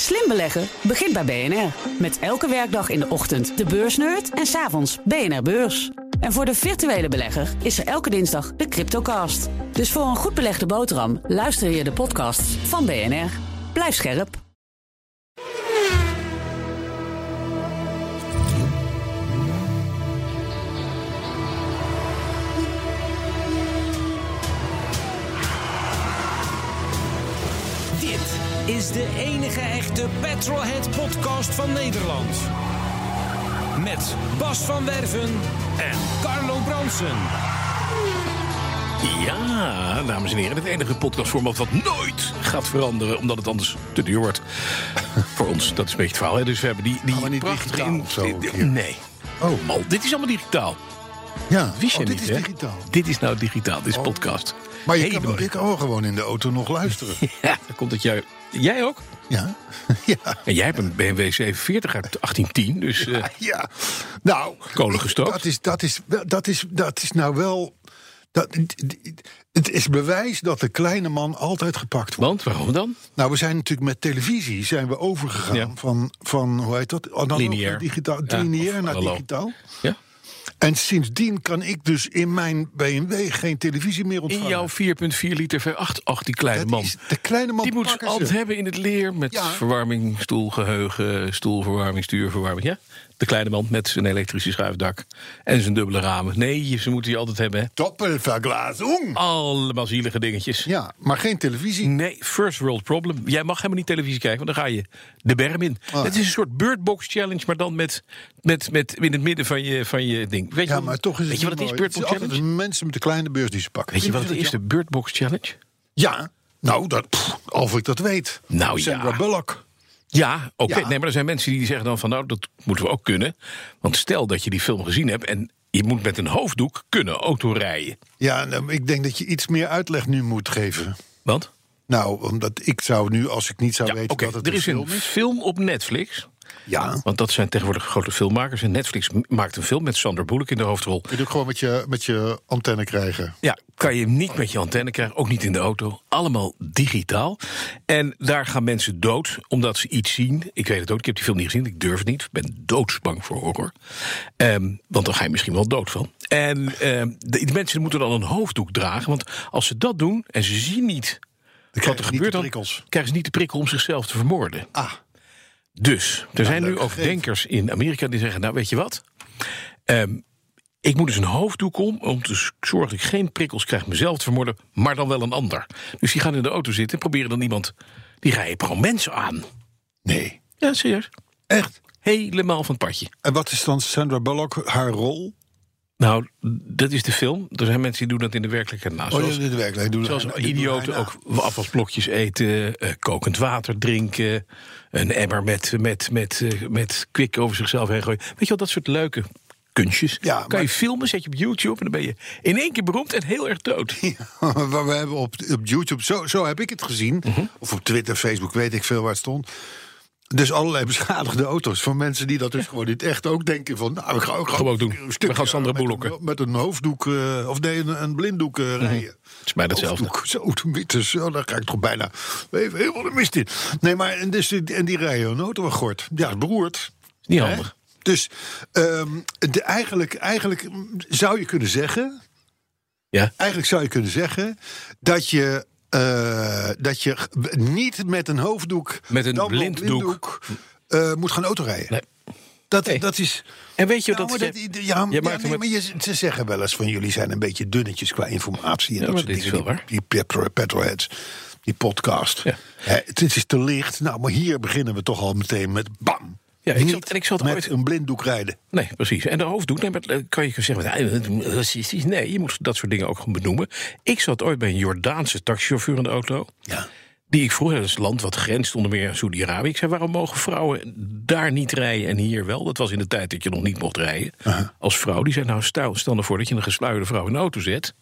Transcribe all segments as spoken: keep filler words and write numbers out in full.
Slim beleggen begint bij B N R. Met elke werkdag in de ochtend de beursnerd en 's avonds B N R Beurs. En voor de virtuele belegger is er elke dinsdag de Cryptocast. Dus voor een goed belegde boterham luister je de podcasts van B N R. Blijf scherp. Is de enige echte Petrolhead-podcast van Nederland. Met Bas van Werven en Carlo Bronsen. Ja, dames en heren, het enige podcastformat wat nooit gaat veranderen, omdat het anders te duur wordt. Voor ons, dat is een beetje het verhaal. Hè? Dus we hebben die, die niet prachtige... digitaal of zo, die- hier? nee. Oh, mal, dit is allemaal digitaal. Ja, Wist je oh, dit niet, is hè? digitaal. Dit is nou digitaal, dit is Oh. podcast. Maar je Hele kan, mooie. je kan wel gewoon in de auto nog luisteren. Ja, dan komt het jou... Jij ook? Ja, ja. En jij hebt een B M W zevenenveertig uit achttien tien, dus uh, ja. Nou, kolen gestookt. Dat is, dat, is, wel- dat, is, dat is nou wel... Dat, het is bewijs dat de kleine man altijd gepakt wordt. Want, waarom dan? Nou, we zijn natuurlijk met televisie zijn we overgegaan Ja. van, van, hoe heet dat? Analoog Lineair. naar digitaal, Ja, lineair of naar analoog. digitaal. Ja? En sindsdien kan ik dus in mijn B M W geen televisie meer ontvangen. In jouw vier komma vier liter V acht, ach, die kleine Dat man. is, de kleine man Die moet ze pakken altijd ze. hebben in het leer met Ja. verwarming, stoelgeheugen, stoelverwarming, stuurverwarming. Ja? De kleine man met zijn elektrische schuifdak en zijn dubbele ramen. Nee, ze moeten die altijd hebben. Hè? Doppelverglazing. Allemaal zielige dingetjes. Ja, maar geen televisie. Nee, first world problem. Jij mag helemaal niet televisie kijken, want dan ga je de berm in. Oh. Het is een soort birdbox challenge, maar dan met, met, met in het midden van je, van je ding. Weet je Ja, wat, maar toch is het weet je wat het is, niet mooi. birdbox Het is altijd challenge? de mensen met de kleine beurs die ze pakken. Weet je wat het Vind is, dat de birdbox challenge? Ja, nou, dat, pff, of ik dat weet. Nou, Sandra ja. Bullock. Ja, oké. Ja. Nee, maar er zijn mensen die zeggen dan van... nou, dat moeten we ook kunnen. Want stel dat je die film gezien hebt... en je moet met een hoofddoek kunnen autorijden. Ja, nou, ik denk dat je iets meer uitleg nu moet geven. Want? Nou, omdat ik zou nu, als ik niet zou Ja, weten oké. dat het Er een is een film is. film op Netflix. Ja, Want dat zijn tegenwoordig grote filmmakers. En Netflix m- maakt een film met Sandra Bullock in de hoofdrol. kun je ook gewoon met je, met je antenne krijgen. Ja, kan je niet met je antenne krijgen, ook niet in de auto. Allemaal digitaal. En daar gaan mensen dood omdat ze iets zien. Ik weet het ook, ik heb die film niet gezien, ik durf het niet. Ik ben doodsbang voor horror. Ehm, want dan ga je misschien wel dood van. En ehm, de, die mensen moeten dan een hoofddoek dragen. Want als ze dat doen en ze zien niet wat krijg er je niet gebeurt... de dan prikkels. krijgen ze niet de prikkel om zichzelf te vermoorden. Ah, Dus, er zijn nu leuk ook gegeven. denkers in Amerika die zeggen... nou, weet je wat? Ehm, ik moet dus een hoofddoek om... om te z- zorgen dat ik geen prikkels krijg mezelf te vermoorden... maar dan wel een ander. Dus die gaan in de auto zitten en proberen dan iemand... die rijden gewoon mensen aan. nee. Ja, serieus. Echt? Helemaal van het padje. En wat is dan Sandra Bullock, haar rol? Nou, dat is de film. Er zijn mensen die doen dat in de werkelijkheid. Nou, Oh, zoals, ja, de werkelijkheid doen zoals hij- die doen idioten hij ook afwasblokjes eten... eh, kokend water drinken... een emmer met, met, met, eh, met kwik over zichzelf heen gooien. Weet je wel, dat soort leuke kunstjes. Ja, kan maar- je filmen, zet je op YouTube... en dan ben je in één keer beroemd en heel erg dood. Waar we hebben op, op YouTube, zo, zo heb ik het gezien. Mhm. Of op Twitter, Facebook, weet ik veel waar het stond. Dus allerlei beschadigde auto's van mensen die dat dus gewoon niet echt ook denken van... nou, ik ga ook Gewoon doen. een stukje We gaan Sandra met een- Bullocken. Met een hoofddoek, uh, of nee, een, een blinddoek uh, rijden. Het is bij hetzelfde. Hoofddoek, zo, toen witte, zo, daar ga ik toch bijna even helemaal de mist in. Nee, maar en, dus, en die rijden een auto gort. Ja, het beroerd. Niet Hè? handig. Dus um, de, eigenlijk, eigenlijk zou je kunnen zeggen... Ja. Eigenlijk zou je kunnen zeggen dat je, uh, dat je niet met een hoofddoek... Met een dan wel blinddoek. uh, moet gaan autorijden. Nee. Dat, Nee. dat is... En weet je Nou, dat... maar je- dat, ja, jij ja, maakt nee, hem maar je, ze zeggen wel eens van jullie zijn een beetje dunnetjes qua informatie. En Ja, dat maar soort dit is dingen. wel waar. Die, die petro, petrolheads, die podcast. Ja. Hè, het is te licht. Nou, maar hier beginnen we toch al meteen met bam. Ja, ik Niet zat- en ik zat met ooit- een blinddoek rijden. Nee, precies. En de hoofddoek, nee, maar eh, kan je zeggen... nee, racistisch. Nee, je moet dat soort dingen ook gewoon benoemen. Ik zat ooit bij een Jordaanse taxichauffeur in de auto... Ja. die ik vroeg, dat is een land wat grenst onder meer aan Saudi-Arabië. Ik zei, waarom mogen vrouwen daar niet rijden en hier wel? Dat was in de tijd dat je nog niet mocht rijden. Uh-huh. Als vrouw, die zei, nou stel, stel ervoor dat je een gesluierde vrouw in de auto zet.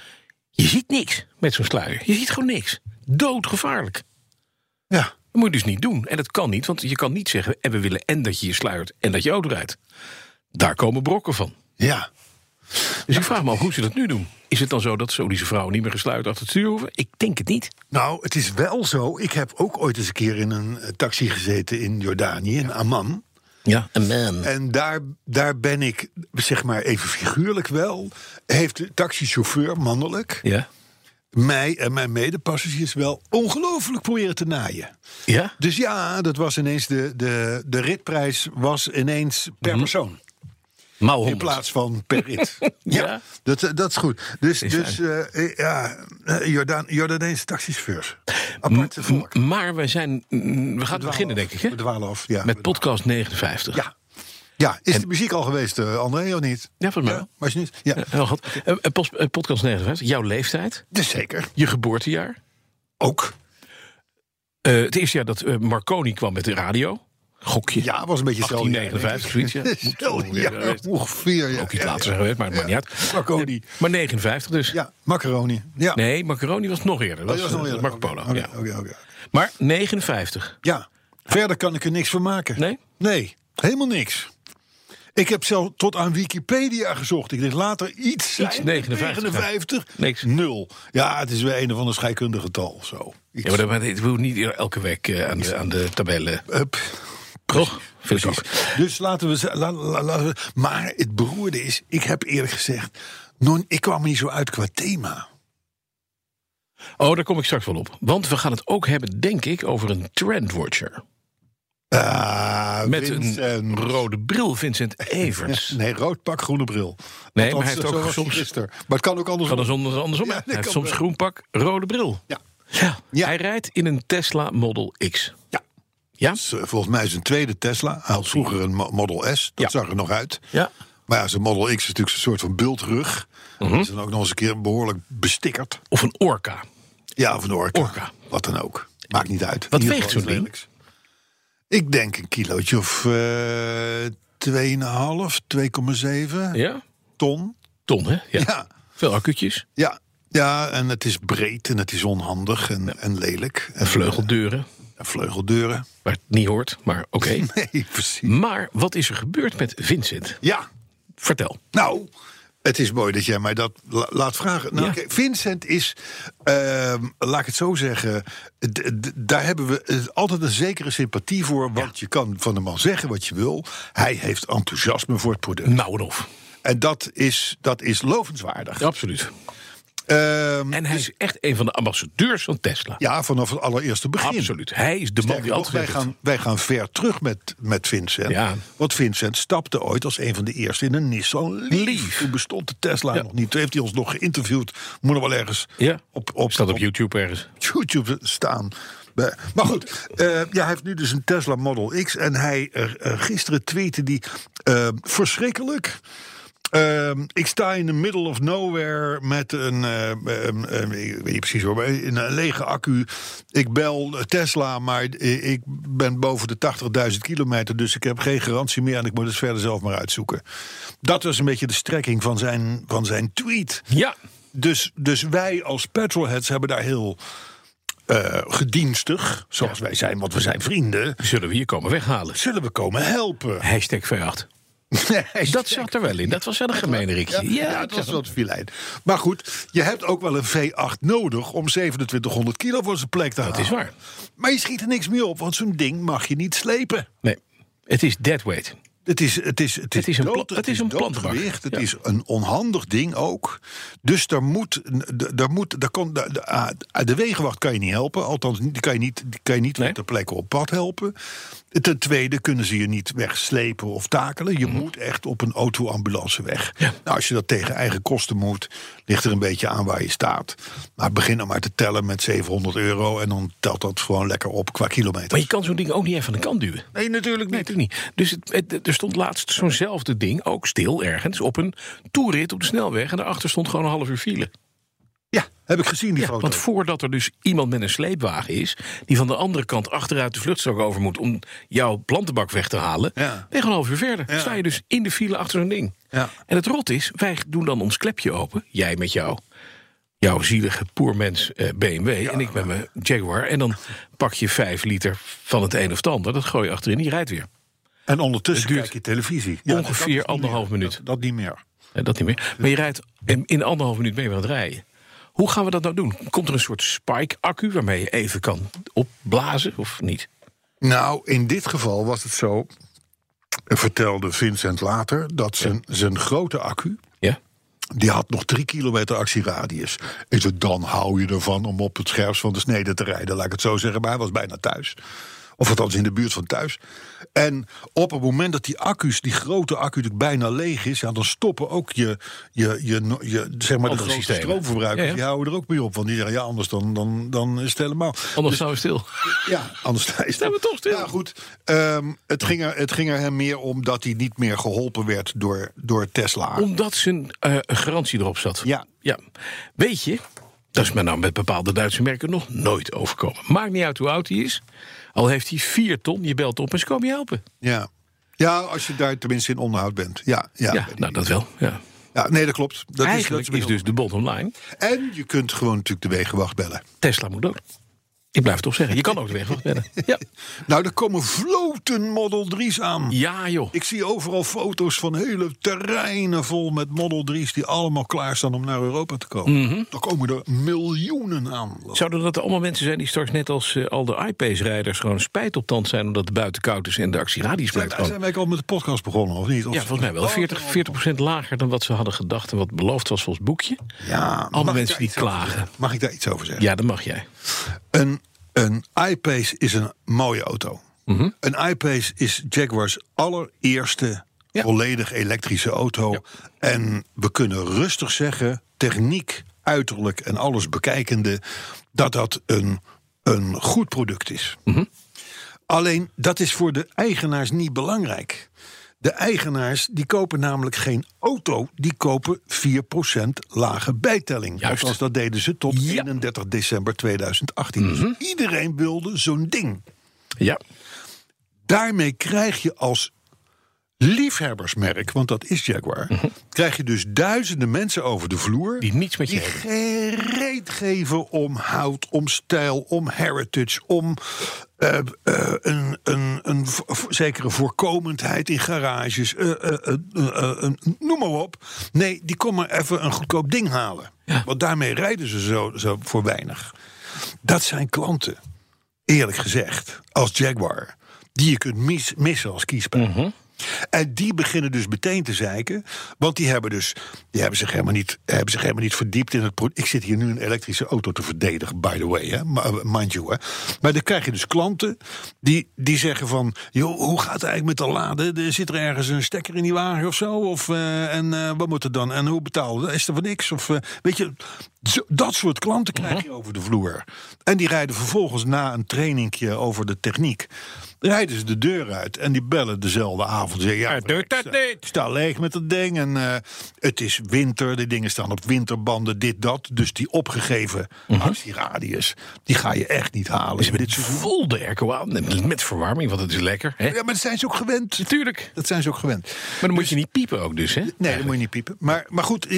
Je ziet niks met zo'n sluier. Je ziet gewoon niks. Doodgevaarlijk. Ja. Dat moet je dus niet doen. En dat kan niet, want je kan niet zeggen... en we willen en dat je je sluiert en dat je auto rijdt. Daar komen brokken van. Ja. Dus ik vraag me af hoe ze dat nu doen. Is het dan zo dat Saoedische vrouwen niet meer gesluit achter het stuur hoeven? Ik denk het niet. Nou, het is wel zo. Ik heb ook ooit eens een keer in een taxi gezeten in Jordanië, in Amman. Ja, een man. En daar, daar ben ik, zeg maar even figuurlijk wel, heeft de taxichauffeur, mannelijk, Ja. mij en mijn medepassagiers wel ongelooflijk proberen te naaien. Ja? Dus ja, dat was ineens de, de, de ritprijs was ineens per Mhm. persoon. Maal In honderd. plaats van per rit. ja, Ja. Dat, dat is goed. Dus, Is dus uh, ja, uh, Jordan, Jordaanese taxichauffeurs. Aparte volk. M- maar wij zijn... mm, We gaan beginnen, denk ik, hè? We dwalen af, ja. Met podcast negenenvijftig. Ja. Ja, is de muziek al geweest, uh, André, of niet? Ja, volgens mij wel. Maar is niet? Ja, Ja, heel goed. Eh, eh, pos- eh, podcast negenenvijftig, jouw leeftijd, dus zeker. je geboortejaar. Ook. Eh, het eerste jaar dat eh, Marconi kwam met de radio. Gokje. Ja, was een beetje achttien negenenvijftig, zoiets. Ja. Moet Zo, ongeveer ja, geweest. ongeveer. Ja. Ook iets Ja, later ja. zijn geweest, maar het maakt niet uit. Marconi. Maar negenenvijftig dus. Ja, macaroni. Ja. Nee, Macaroni was nog eerder. Dat Oh, was, dat was nog eh, eerder. Marco Polo. Oké, ja. oké, oké. Maar negenenvijftig. Ja, verder kan ik er niks van maken. Nee? Nee, helemaal niks. Ik heb zelf tot aan Wikipedia gezocht. Ik denk later iets zijn. Iets negenenvijftig. negenenvijftig. Niks. Nul. Ja, het is weer een of ander scheikundig getal. of Zo. Iets. Ja, maar dat- maar dit wil niet elke week eh, aan, de, aan de tabellen. Hup. Toch? Vind ik ook. Dus laten we, ze- la- la- laten we... Maar het beroerde is, ik heb eerlijk gezegd, non, ik kwam er niet zo uit qua thema. Oh, daar kom ik straks wel op. Want we gaan het ook hebben, denk ik, over een trendwatcher. Ah, Met Vincent. een rode bril, Vincent Everts. Nee, rood pak, groene bril. Nee, Althans, maar hij heeft zo ook was soms- gisteren. Maar het kan ook andersom. Kan er zonder andersom. Ja, hè? dat Hij heeft kan soms wel. groen pak, rode bril. Ja. Ja. Ja. Hij rijdt in een Tesla Model X. Ja. Ja? Dus, uh, volgens mij is een tweede Tesla. Hij had vroeger een Mo- Model S. Dat Ja. zag er nog uit. Ja. Maar ja, zijn Model X is natuurlijk een soort van bultrug. Mhm. Dat is dan ook nog eens een keer behoorlijk bestikkerd. Of een Orca. Ja, of een Orca. Orca. Wat dan ook. Maakt niet uit. Wat In ieder weegt geval zo'n iets ding? lelijks. Ik denk een kilootje of uh, twee komma vijf, twee komma zeven Ja? ton. Ton, hè? Ja. Ja. Veel accu'tjes. Ja. Ja, en het is breed en het is onhandig en, en lelijk. En Vleugeldeuren. En vleugeldeuren. Waar het niet hoort, maar oké. Nee, precies. Maar wat is er gebeurd met Vincent? Ja, Vertel. nou, het is mooi dat jij mij dat la- laat vragen. Nou, Ja. kijk, Vincent is, uh, laat ik het zo zeggen, d- d- daar hebben we uh, altijd een zekere sympathie voor. Want je kan van de man zeggen wat je wil. Hij heeft enthousiasme voor het product. Nou en of. En dat is, dat is lovenswaardig. Absoluut. Ehm, En hij is echt een van de ambassadeurs van Tesla. ja, vanaf het allereerste begin. Absoluut. Hij is de man Sterker die nog, altijd wij gezegd gaan, wij gaan ver terug met, met Vincent. Ja. Want Vincent stapte ooit als een van de eerste in een Nissan Leaf. Leaf. Toen bestond de Tesla Ja. nog niet. Toen heeft hij ons nog geïnterviewd. Moet nog wel ergens Ja. op, op, Staat op YouTube ergens. YouTube staan. Bij- Maar goed, uh, ja, hij heeft nu dus een Tesla Model X. En hij uh, uh, gisteren tweette die uh, verschrikkelijk. Uh, ik sta in the middle of nowhere met een, uh, um, um, ik weet niet precies hoor, maar in een lege accu. Ik bel Tesla, maar ik ben boven de tachtigduizend kilometer, dus ik heb geen garantie meer en ik moet het verder zelf maar uitzoeken. Dat was een beetje de strekking van zijn, van zijn tweet. Ja. Dus, dus wij als petrolheads hebben daar heel uh, gedienstig, zoals wij zijn, want we zijn vrienden, Zullen we hier komen weghalen? zullen we komen helpen. Hashtag V acht. Dat zat er wel in. Dat was wel een gemene rikje. Ja, ja, het was wel te filijn. Maar goed, je hebt ook wel een V acht nodig om zevenentwintighonderd kilo voor zijn plek te halen. Dat is waar. Maar je schiet er niks meer op, want zo'n ding mag je niet slepen. Nee, het is deadweight. Het is, het is, het is, Het is een dood, pla- het is een doodgewicht. plantenbak. Het Ja. is een onhandig ding ook. Dus daar moet, daar moet, daar kon, de, de, de wegenwacht kan je niet helpen. Althans, die kan je niet, die kan je niet Nee. ter plekke op pad helpen. Ten tweede kunnen ze je niet wegslepen of takelen. Je moet echt op een auto-ambulance weg. Ja. Nou, als je dat tegen eigen kosten moet, ligt er een beetje aan waar je staat. Maar begin dan maar te tellen met zevenhonderd euro... en dan telt dat gewoon lekker op qua kilometer. Maar je kan zo'n ding ook niet even aan de kant duwen. Nee, natuurlijk Nee, natuurlijk niet. Dus het, het- er stond laatst zo'nzelfde ding ook stil ergens op een toerit op de snelweg. En daarachter stond gewoon een half uur file. Ja, heb ik gezien die Ja, foto. want voordat er dus iemand met een sleepwagen is, die van de andere kant achteruit de vluchtstrook over moet om jouw plantenbak weg te halen, Ja. ben je gewoon een half uur verder. Ja. Sta je dus in de file achter zo'n ding. Ja. En het rot is, wij doen dan ons klepje open. Jij met jou. Jouw zielige poermens eh, B M W en ik met mijn Jaguar. En dan pak je vijf liter van het een of het ander. Dat gooi je achterin, die rijdt weer. En ondertussen Het duurt kijk je televisie. Ja, ongeveer dat is niet anderhalf meer. minuut. Dat, dat niet meer. Nee, dat niet meer. Maar je rijdt in, in anderhalf minuut mee aan het rijden. Hoe gaan we dat nou doen? Komt er een soort spike-accu waarmee je even kan opblazen of niet? Nou, in dit geval was het zo, vertelde Vincent later, dat zijn, ja. zijn grote accu, ja. die had nog drie kilometer actieradius. Is het dan hou je ervan om op het scherpst van de snede te rijden, laat ik het zo zeggen, maar hij was bijna thuis. Of althans in de buurt van thuis. En op het moment dat die accu's, die grote accu bijna leeg is, ja, dan stoppen ook je, je, je, je zeg maar de grote systemen. stroomverbruikers. Ja, ja. Die houden er ook mee op. Want die zeggen, ja, anders dan, dan, dan is het helemaal. Anders dus, staan we stil. Ja, anders staan we toch stil. Ja, goed. Um, het, ging er, het ging er hem meer om dat hij niet meer geholpen werd door, door Tesla. Omdat zijn uh, garantie erop zat. Ja. ja. Weet je, dat is me nou met bepaalde Duitse merken nog nooit overkomen. Maakt niet uit hoe oud hij is. Al heeft hij vier ton, je belt op en ze komen je helpen. Ja. Ja, als je daar tenminste in onderhoud bent. Ja, ja, ja nou dat wel. Ja. Ja, nee, dat klopt. Dat Eigenlijk is, dat is, is dus de bottom line. En je kunt gewoon natuurlijk de wegenwacht bellen. Tesla moet dood. Ik blijf het toch zeggen, je kan ook de wegenwacht bellen. Ja. Nou, er komen vloten Model drie's aan. Ja, joh. Ik zie overal foto's van hele terreinen vol met Model drie's... die allemaal klaarstaan om naar Europa te komen. Mm-hmm. Dan komen er miljoenen aan. Zouden dat allemaal mensen zijn die straks net als uh, al de iPace-rijders... gewoon spijt op tand zijn omdat het buiten koud is... en de actieradius blijft gewoon... Zijn wij al met de podcast begonnen, of niet? Of ja, volgens mij wel. veertig procent lager dan wat ze hadden gedacht... en wat beloofd was volgens het boekje. Ja, alle mensen die klagen. Mag ik daar iets over zeggen? Ja, dat mag jij. Een, een iPace is een mooie auto. Mm-hmm. Een iPace is Jaguar's allereerste ja. volledig elektrische auto. Ja. En we kunnen rustig zeggen, techniek, uiterlijk en alles bekijkende... dat dat een, een goed product is. Mm-hmm. Alleen, dat is voor de eigenaars niet belangrijk. De eigenaars die kopen namelijk geen auto, die kopen vier procent lage bijtelling. Juist. Althans, dat deden ze tot ja. eenendertig december tweeduizend achttien. Mm-hmm. Dus iedereen wilde zo'n ding. Ja. Daarmee krijg je als liefhebbersmerk, want dat is Jaguar... Mm-hmm. krijg je dus duizenden mensen over de vloer... die niets met je die hebben. Gereed geven om hout, om stijl, om heritage... om uh, uh, een, een, een v- zekere voorkomendheid in garages... Uh, uh, uh, uh, uh, uh, noem maar op. Nee, die komen maar even een goedkoop ding halen. Ja. Want daarmee rijden ze zo, zo voor weinig. Dat zijn klanten, eerlijk gezegd, als Jaguar... die je kunt mis, missen als kiespijn. Mm-hmm. En die beginnen dus meteen te zeiken. Want die hebben dus die hebben zich helemaal niet, hebben zich helemaal niet verdiept in het product. Ik zit hier nu een elektrische auto te verdedigen, by the way, hè, mind you. Hè. Maar dan krijg je dus klanten die, die zeggen van... joh, hoe gaat het eigenlijk met de laden? Er zit er ergens een stekker in die wagen of zo? Of, uh, en uh, wat moet er dan? En hoe betalen? Is er van niks? Of, uh, weet je, zo, dat soort klanten krijg je over de vloer. En die rijden vervolgens na een trainingje over de techniek... rijden ze de deur uit en die bellen dezelfde avond. Zeggen, ja, doet dat niet. Ik sta leeg met dat ding en uh, het is winter. De dingen staan op winterbanden, dit, dat. Dus die opgegeven uh-huh. actieradius, die ga je echt niet halen. Dus dit vol de airco aan, met verwarming, want het is lekker. Hè? Ja, maar dat zijn ze ook gewend. Natuurlijk. Dat zijn ze ook gewend. Maar dan dus, moet je niet piepen ook dus, hè? Nee, eigenlijk. Dan moet je niet piepen. Maar, maar goed,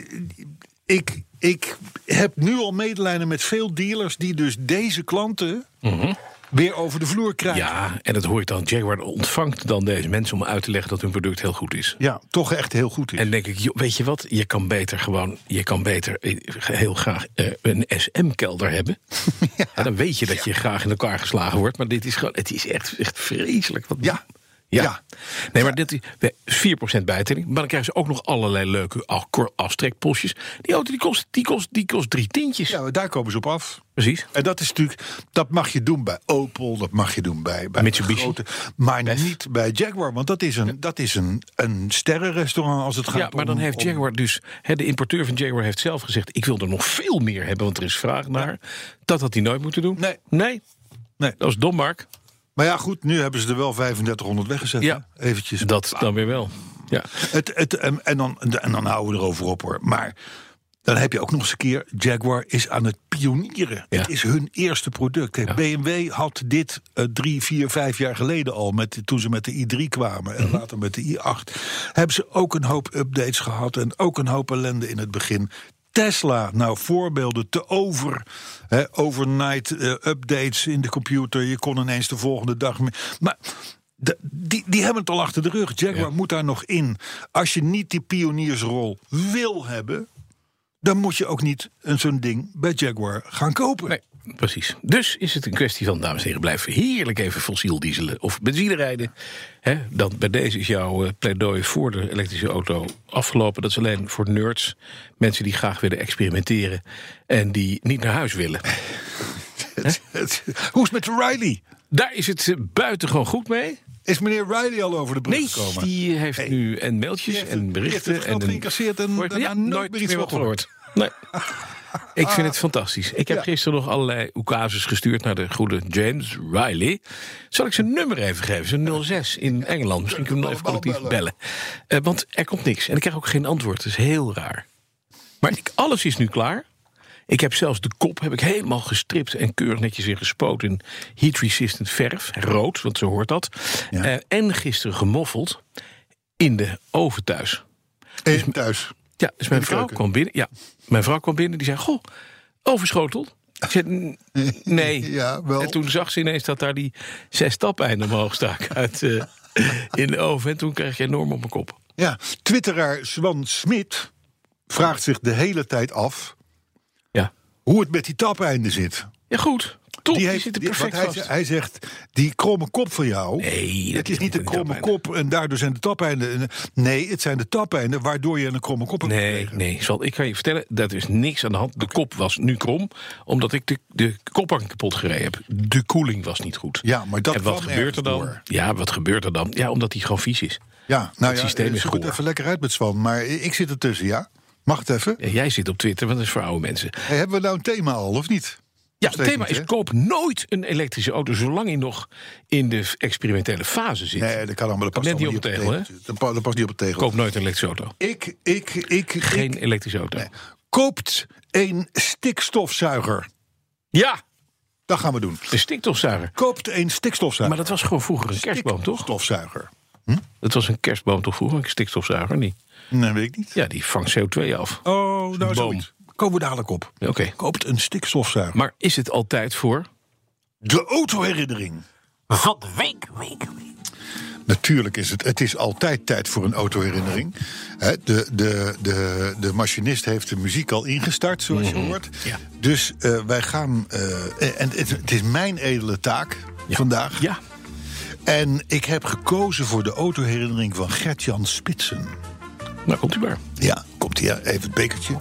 ik, ik heb nu al medelijden met veel dealers... die dus deze klanten... Uh-huh. weer over de vloer krijgen. Ja, en dat hoor ik dan. Jaguar ontvangt dan deze mensen om uit te leggen dat hun product heel goed is. Ja, toch echt heel goed is. En denk ik, joh, weet je wat? Je kan beter gewoon, je kan beter heel graag uh, een S M-kelder hebben. Ja. Ja, dan weet je dat je graag in elkaar geslagen wordt. Maar dit is gewoon, het is echt, echt vreselijk. Wat ja. Ja. ja. Nee, maar dit is vier procent bijtelling. Maar dan krijgen ze ook nog allerlei leuke aftrekpostjes. Die auto die kost, die kost, die kost drie tientjes. Ja, daar komen ze op af. Precies. En dat is natuurlijk, dat mag je doen bij Opel, dat mag je doen bij, bij Mitsubishi. Grote, maar Best. niet bij Jaguar, want dat is een, dat is een, een sterrenrestaurant als het gaat om... Ja, maar dan om, heeft Jaguar om, dus... He, de importeur van Jaguar heeft zelf gezegd... ik wil er nog veel meer hebben, want er is vraag naar. Ja. Dat had hij nooit moeten doen. Nee. Nee. nee. Dat is dom, Mark. Maar ja, goed, nu hebben ze er wel vijfendertighonderd weggezet. Ja, hè? Eventjes. Dat dan weer wel. Ja. Het, het, en, en, dan, en dan houden we erover op, hoor. Maar dan heb je ook nog eens een keer... Jaguar is aan het pionieren. Ja. Het is hun eerste product. Ja. B M W had dit uh, drie, vier, vijf jaar geleden al... Met, toen ze met de i drie kwamen en mm-hmm. later met de i acht... hebben ze ook een hoop updates gehad... en ook een hoop ellende in het begin... Tesla, nou voorbeelden te over, hè, overnight uh, updates in de computer. Je kon ineens de volgende dag... Mee. Maar de, die, die hebben het al achter de rug. Jaguar ja. moet daar nog in. Als je niet die pioniersrol wil hebben, dan moet je ook niet een zo'n ding bij Jaguar gaan kopen. Nee. Precies. Dus is het een kwestie van, dames en heren, blijf heerlijk even fossiel dieselen of benzine rijden. He, dan bij deze is jouw uh, pleidooi voor de elektrische auto afgelopen. Dat is alleen voor nerds, mensen die graag willen experimenteren en die niet naar huis willen. het, het, hoe is het met Riley? Daar is het uh, buitengewoon goed mee. Is meneer Riley al over de brug nee, gekomen? die heeft hey. nu en mailtjes heeft, en berichten. Heeft het geld en geïncasseerd en daarna ja, nooit, nooit meer iets meer van gehoord. Nee. Ik vind het fantastisch. Ik heb ja. gisteren nog allerlei oekases gestuurd naar de goede James Riley. Zal ik zijn nummer even geven? Zijn nul zes in Engeland. Misschien kunnen we nog even collectief bellen. Uh, want er komt niks. En ik krijg ook geen antwoord. Dat is heel raar. Maar ik, alles is nu klaar. Ik heb zelfs de kop heb ik helemaal gestript en keurig netjes weer gespoten in heat-resistant verf. Rood, want zo hoort dat. Ja. Uh, en gisteren gemoffeld in de oven thuis. En dus, thuis? Ja, dus mijn vrouw keuken. kwam binnen. Ja, mijn vrouw kwam binnen. Die zei, goh, overschoteld. Ik zei, nee. Ja, wel. En toen zag ze ineens dat daar die zes tapeinden omhoog staken uit uh, in de oven. En toen kreeg je enorm op mijn kop. Ja, twitteraar Swan Smit vraagt zich de hele tijd af ja. hoe het met die tapeinden zit. Ja, goed. Top, die, heeft, die zit er perfect die, hij, hij zegt, die kromme kop van jou, nee, het is niet een kromme kop en daardoor zijn de tapeinden. Nee, het zijn de tapeinden waardoor je een kromme kop hebt Nee, gekregen. nee, zal, ik kan je vertellen, dat is niks aan de hand. De kop was nu krom, omdat ik de, de kopbank kapot gereden heb. De koeling was niet goed. Ja, maar dat en wat gebeurt er dan? Door. Ja, wat gebeurt er dan? Ja, omdat hij gewoon vies is. Ja, nou het ja, systeem is zoek het even lekker uit met Swan, maar ik zit ertussen, ja? Mag het even? Ja, jij zit op Twitter, want dat is voor oude mensen. Hey, hebben we nou een thema al, of niet? Ja, het thema is koop nooit een elektrische auto zolang hij nog in de experimentele fase zit. Nee, dat kan allemaal. Dat past net niet op de tegel, hè? Dat past niet op de tegel. Koop nooit een elektrische auto. Ik, ik, ik... Geen ik, elektrische auto. Nee. Koopt een stikstofzuiger. Ja! Dat gaan we doen. Een stikstofzuiger. Koopt een stikstofzuiger. Maar dat was gewoon vroeger een kerstboom, toch? Stikstofzuiger. Hm? Dat was een kerstboom toch vroeger, een stikstofzuiger, niet? Nee, weet ik niet. Ja, die vangt C O twee af. Oh, nou zoiets. Komen we dadelijk op. Oké. Okay. Koopt een stikstofzuiger. Maar is het altijd voor? De autoherinnering. Van de week, week, week. Natuurlijk is het. Het is altijd tijd voor een autoherinnering. De, de, de, de machinist heeft de muziek al ingestart, zoals mm-hmm. je hoort. Ja. Dus uh, wij gaan... Uh, en het, het is mijn edele taak ja. vandaag. Ja. En ik heb gekozen voor de autoherinnering van Gert-Jan Spitsen. Nou, komt u maar. Ja, komt hij. Even het bekertje.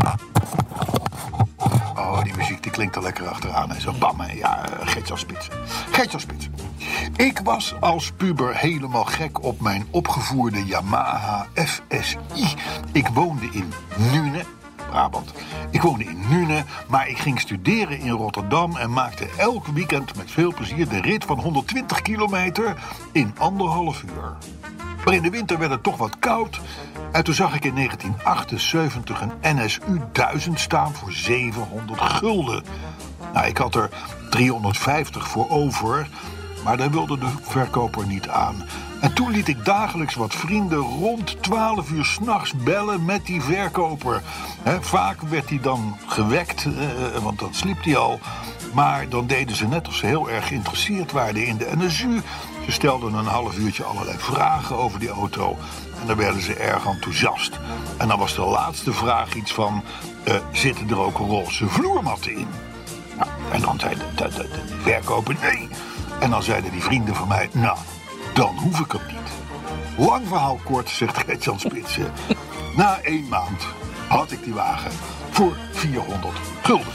Oh, die muziek die klinkt er lekker achteraan. Hè. Zo bam, hè. Ja, uh, Gert-Jan Spitsen. Gert-Jan Spitsen. Ik was als puber helemaal gek op mijn opgevoerde Yamaha F S I. Ik woonde in Nune, Brabant. Ik woonde in Nune, maar ik ging studeren in Rotterdam en maakte elk weekend met veel plezier de rit van honderdtwintig kilometer in anderhalf uur. Maar in de winter werd het toch wat koud. En toen zag ik in negentien achtenzeventig een N S U duizend staan voor zevenhonderd gulden. Nou, ik had er driehonderdvijftig voor over, maar daar wilde de verkoper niet aan. En toen liet ik dagelijks wat vrienden rond twaalf uur 's nachts bellen met die verkoper. He, vaak werd hij dan gewekt, eh, want dan sliep hij al. Maar dan deden ze net of ze heel erg geïnteresseerd waren in de N S U. Ze stelden een half uurtje allerlei vragen over die auto. En dan werden ze erg enthousiast. En dan was de laatste vraag iets van... Uh, zitten er ook roze vloermatten in? Nou, en dan zei de, de, de, de verkoper nee. En dan zeiden die vrienden van mij... nou, dan hoef ik hem niet. Lang verhaal kort, zegt Gert-Jan Spitsen. Na één maand had ik die wagen voor vierhonderd gulden.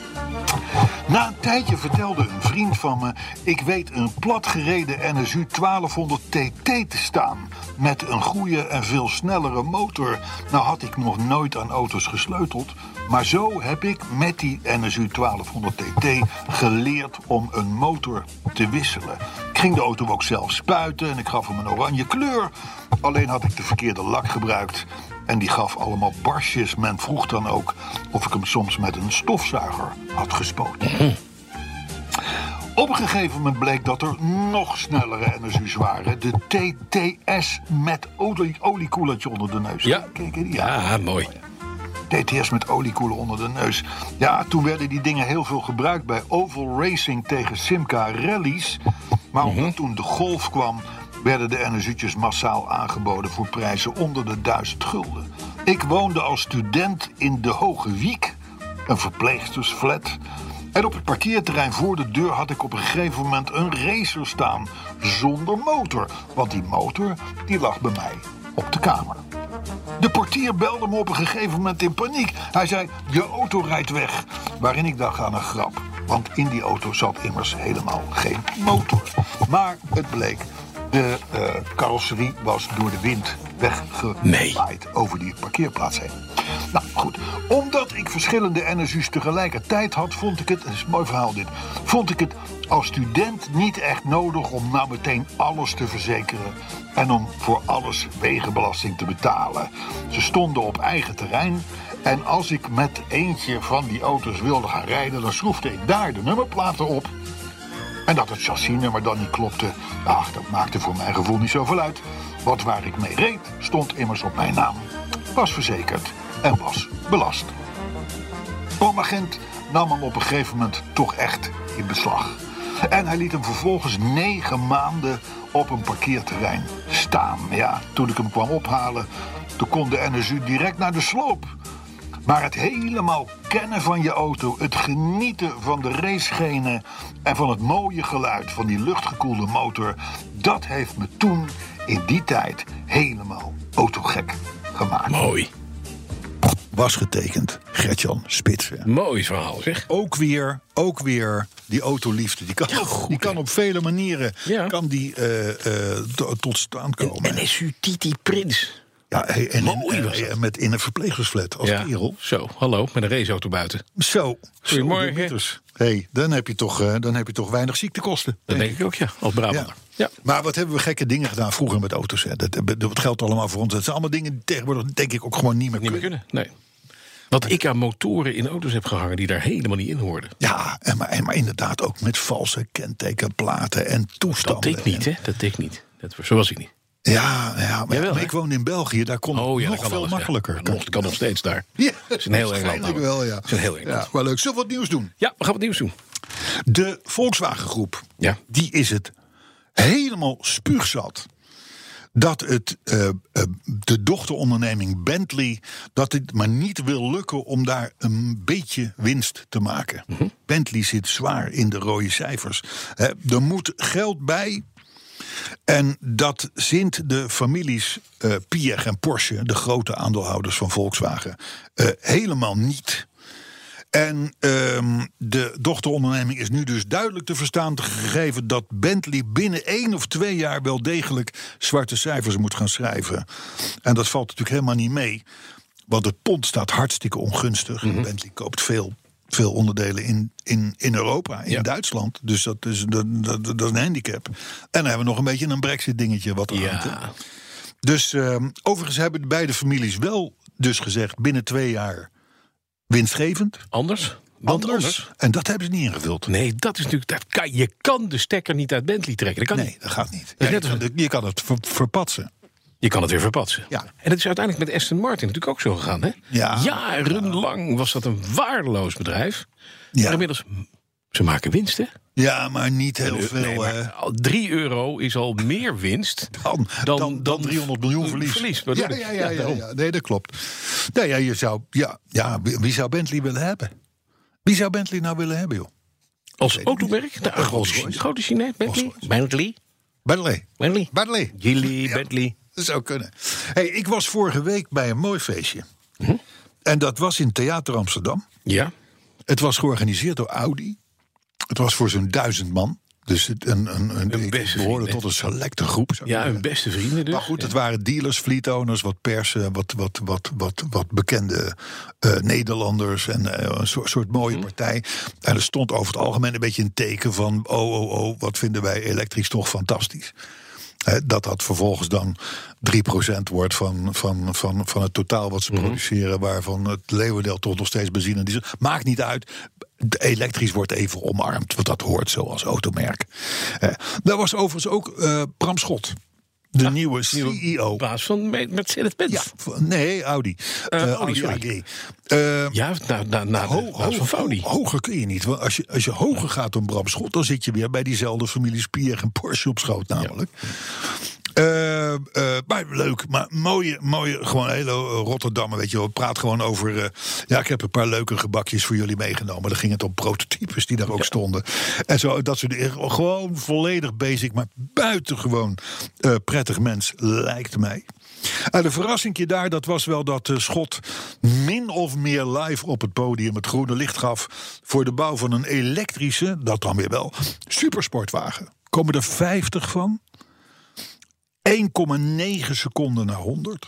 Na een tijdje vertelde een vriend van me... ik weet een platgereden N S U twaalfhonderd T T te staan... met een goede en veel snellere motor. Nou had ik nog nooit aan auto's gesleuteld... maar zo heb ik met die N S U twaalfhonderd T T geleerd om een motor te wisselen. Ik ging de auto ook zelf spuiten en ik gaf hem een oranje kleur. Alleen had ik de verkeerde lak gebruikt... en die gaf allemaal barsjes. Men vroeg dan ook of ik hem soms met een stofzuiger had gespoten. Op een gegeven moment bleek dat er nog snellere N S U's waren. De T T S met olie, oliekoelertje onder de neus. Ja, Kijk, ja. ja mooi. T T S met oliekoeler onder de neus. Ja, toen werden die dingen heel veel gebruikt bij oval racing tegen Simca rallies. Maar omdat mm-hmm. toen de Golf kwam... werden de energietjes massaal aangeboden voor prijzen onder de duizend gulden. Ik woonde als student in de Hoge Wiek, een verpleegstersflat. En op het parkeerterrein voor de deur had ik op een gegeven moment een racer staan zonder motor. Want die motor die lag bij mij op de kamer. De portier belde me op een gegeven moment in paniek. Hij zei, je auto rijdt weg. Waarin ik dacht aan een grap. Want in die auto zat immers helemaal geen motor. Maar het bleek, de uh, carrosserie was door de wind weggewaaid nee. over die parkeerplaats heen. Nou goed, omdat ik verschillende energies tegelijkertijd had, vond ik het, het is een mooi verhaal dit, vond ik het als student niet echt nodig om nou meteen alles te verzekeren en om voor alles wegenbelasting te betalen. Ze stonden op eigen terrein en als ik met eentje van die auto's wilde gaan rijden, dan schroefde ik daar de nummerplaten op. En dat het chassisnummer dan niet klopte, ach, dat maakte voor mijn gevoel niet zoveel uit. Want waar ik mee reed, stond immers op mijn naam. Was verzekerd en was belast. Oom agent nam hem op een gegeven moment toch echt in beslag. En hij liet hem vervolgens negen maanden op een parkeerterrein staan. Ja, toen ik hem kwam ophalen, toen kon de N S U direct naar de sloop. Maar het helemaal kennen van je auto, het genieten van de racegenen en van het mooie geluid van die luchtgekoelde motor, dat heeft me toen in die tijd helemaal autogek gemaakt. Mooi. Was getekend, Gert-Jan Spitsen. Mooi verhaal, zeg. Ook weer, ook weer die autoliefde. Die kan, ja, goed, die kan op vele manieren ja. kan die, uh, uh, t- tot stand komen. En N S U Titi Prins. Ja, hey, en, Mooi was en, en met in een verpleegstersflat als ja. kerel. Zo, hallo, met een raceauto buiten. Zo. Goedemorgen. Hey, dan heb je toch, uh, dan heb je toch weinig ziektekosten. Dat denk ik ook, ja, als Brabander. Ja. Ja. Maar wat hebben we gekke dingen gedaan vroeger met auto's. Hè? Dat, dat geldt allemaal voor ons. Dat zijn allemaal dingen die tegenwoordig denk ik ook gewoon niet meer niet kunnen. Meer kunnen. Nee. Wat ik aan motoren in auto's heb gehangen die daar helemaal niet in hoorden. Ja, en maar, en maar inderdaad ook met valse kentekenplaten en toestanden. Dat deed ik niet, hè? Dat deed ik niet. Dat, zo was ik niet. Ja, ja maar, Jawel, maar ik woon in België, daar kon oh, ja, het nog veel alles, makkelijker. Ja. Nog, kan nog steeds daar. Ja, dat is een heel Engeland. Nou. wel, ja. Dat is een heel Engeland. Ja, maar leuk. Zullen we wat nieuws doen? Ja, we gaan wat nieuws doen. De Volkswagen Groep, ja. die is het helemaal spuugzat dat het uh, uh, de dochteronderneming Bentley, dat het maar niet wil lukken om daar een beetje winst te maken. Mm-hmm. Bentley zit zwaar in de rode cijfers. He, er moet geld bij. En dat zint de families uh, Piëch en Porsche, de grote aandeelhouders van Volkswagen, uh, helemaal niet. En um, de dochteronderneming is nu dus duidelijk te verstaan gegeven dat Bentley binnen één of twee jaar wel degelijk zwarte cijfers moet gaan schrijven. En dat valt natuurlijk helemaal niet mee, want het pond staat hartstikke ongunstig. Mm-hmm. Bentley koopt veel, veel onderdelen in, in, in Europa, in ja. Duitsland. Dus dat is, dat, dat, dat is een handicap. En dan hebben we nog een beetje een Brexit-dingetje wat er hangt. Ja. Dus um, overigens hebben de beide families wel dus gezegd binnen twee jaar winstgevend. Anders? Want anders. anders. En dat hebben ze niet ingevuld. Nee, dat is natuurlijk. Dat kan, je kan de stekker niet uit Bentley trekken. Dat kan nee, niet. dat gaat niet. Ja, ja, je, kan, je kan het ver, verpatsen. Je kan het weer verpatsen. Ja. En dat is uiteindelijk met Aston Martin natuurlijk ook zo gegaan. Hè? Ja. Jarenlang was dat een waardeloos bedrijf. Ja. Maar inmiddels, ze maken winst, hè? Ja, maar niet heel nee, veel. Nee, maar drie euro is al meer winst dan, dan, dan, dan driehonderd miljoen verlies. verlies ja, ja, ja, ja, ja, ja, nee, dat klopt. Nou ja, je zou, ja, ja, wie zou Bentley willen hebben? Wie zou Bentley nou willen hebben, joh? Als automerk? De grote, grote Chinees, Bentley? Bentley? Bentley. Bentley? Bentley. Geely, ja, Bentley. Dat zou kunnen. Hey, ik was vorige week bij een mooi feestje. Hm? En dat was in Theater Amsterdam. Ja. Het was georganiseerd door Audi. Het was voor zo'n duizend man. Dus het, een, een, een, een beste behoorde tot een selecte groep. Ja, hun beste vrienden dus. Maar goed, ja. Het waren dealers, fleet-owners, wat persen, wat, wat, wat, wat, wat bekende uh, Nederlanders. En uh, een soort, soort mooie hmm. partij. En er stond over het algemeen een beetje een teken van oh, oh, oh, wat vinden wij elektrisch toch fantastisch. He, dat dat vervolgens dan drie procent wordt van, van, van, van het totaal wat ze mm-hmm. produceren, waarvan het leeuwendeel toch nog steeds benzine en diesel. Maakt niet uit. De elektrisch wordt even omarmd, want dat hoort zo als automerk. Eh, daar was overigens ook uh, Bram Schot. De Ah, nieuwe C E O. Baas van Mercedes-Benz. Ja, v- nee, Audi. Uh, Uh, Audi, Audi sorry. A G. Uh, Ja, na, na, na ho- de baas van ho- Audi. ho- hoger kun je niet. Want als je, als je hoger gaat dan Bram Schot, dan zit je weer bij diezelfde familie Spier en Porsche op schoot namelijk. Uh, uh, maar leuk, maar mooie, mooie, gewoon hele Rotterdammer, weet je wel. We praten gewoon over, uh, ja, ik heb een paar leuke gebakjes voor jullie meegenomen. Dan ging het om prototypes die daar ook Ja. stonden. En zo, dat soort dingen. Gewoon volledig basic, maar buitengewoon uh, prettig mens, lijkt mij. En de verrassingje daar, dat was wel dat uh, Schot min of meer live op het podium het groene licht gaf voor de bouw van een elektrische, dat dan weer wel, supersportwagen. Komen er vijftig van? één komma negen seconden naar honderd.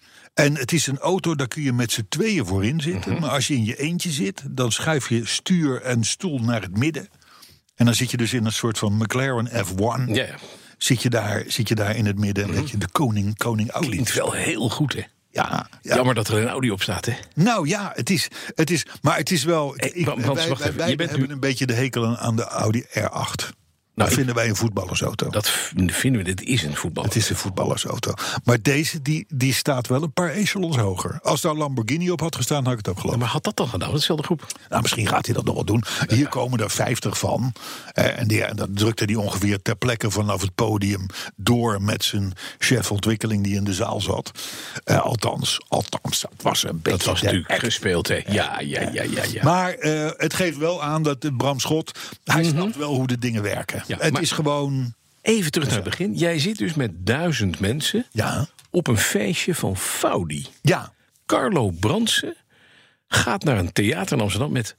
En het is een auto, daar kun je met z'n tweeën voor in zitten. Mm-hmm. Maar als je in je eentje zit, dan schuif je stuur en stoel naar het midden. En dan zit je dus in een soort van McLaren F één. Ja, ja. Zit je daar, zit je daar in het midden. Mm-hmm. En dat je de koning, koning Audi. Klinkt wel heel goed, hè? Ja, ja. Jammer dat er een Audi op staat, hè? Nou ja, het is, het is, maar het is wel. Hey, ik, Frans, wij wacht wij, even. wij Je bent hebben nu- een beetje de hekel aan de Audi R acht. Nou, dat ik- vinden wij een voetballersauto. Dat v- vinden we, dit is een voetbal. Het is een voetballersauto. Maar deze, die, die staat wel een paar echelons hoger. Als daar Lamborghini op had gestaan, had ik het ook Ja, geloofd. maar had dat dan gedaan? Dezelfde groep? Nou, misschien gaat hij dat nog wel doen. Hier komen er vijftig van. Eh, en, die, en dat drukte hij ongeveer ter plekke vanaf het podium door met zijn chef ontwikkeling die in de zaal zat. Eh, althans, althans, dat was een beetje. Dat was de natuurlijk act. gespeeld, hè? Ja, ja, ja, ja. ja. Maar uh, het geeft wel aan dat uh, Bram Schot, hij mm-hmm. snapt wel hoe de dingen werken. Ja, het maar- is gewoon. Even terug naar het begin. Jij zit dus met duizend mensen Ja, op een feestje van Faudi. ja. Carlo Brandsen gaat naar een theater in Amsterdam met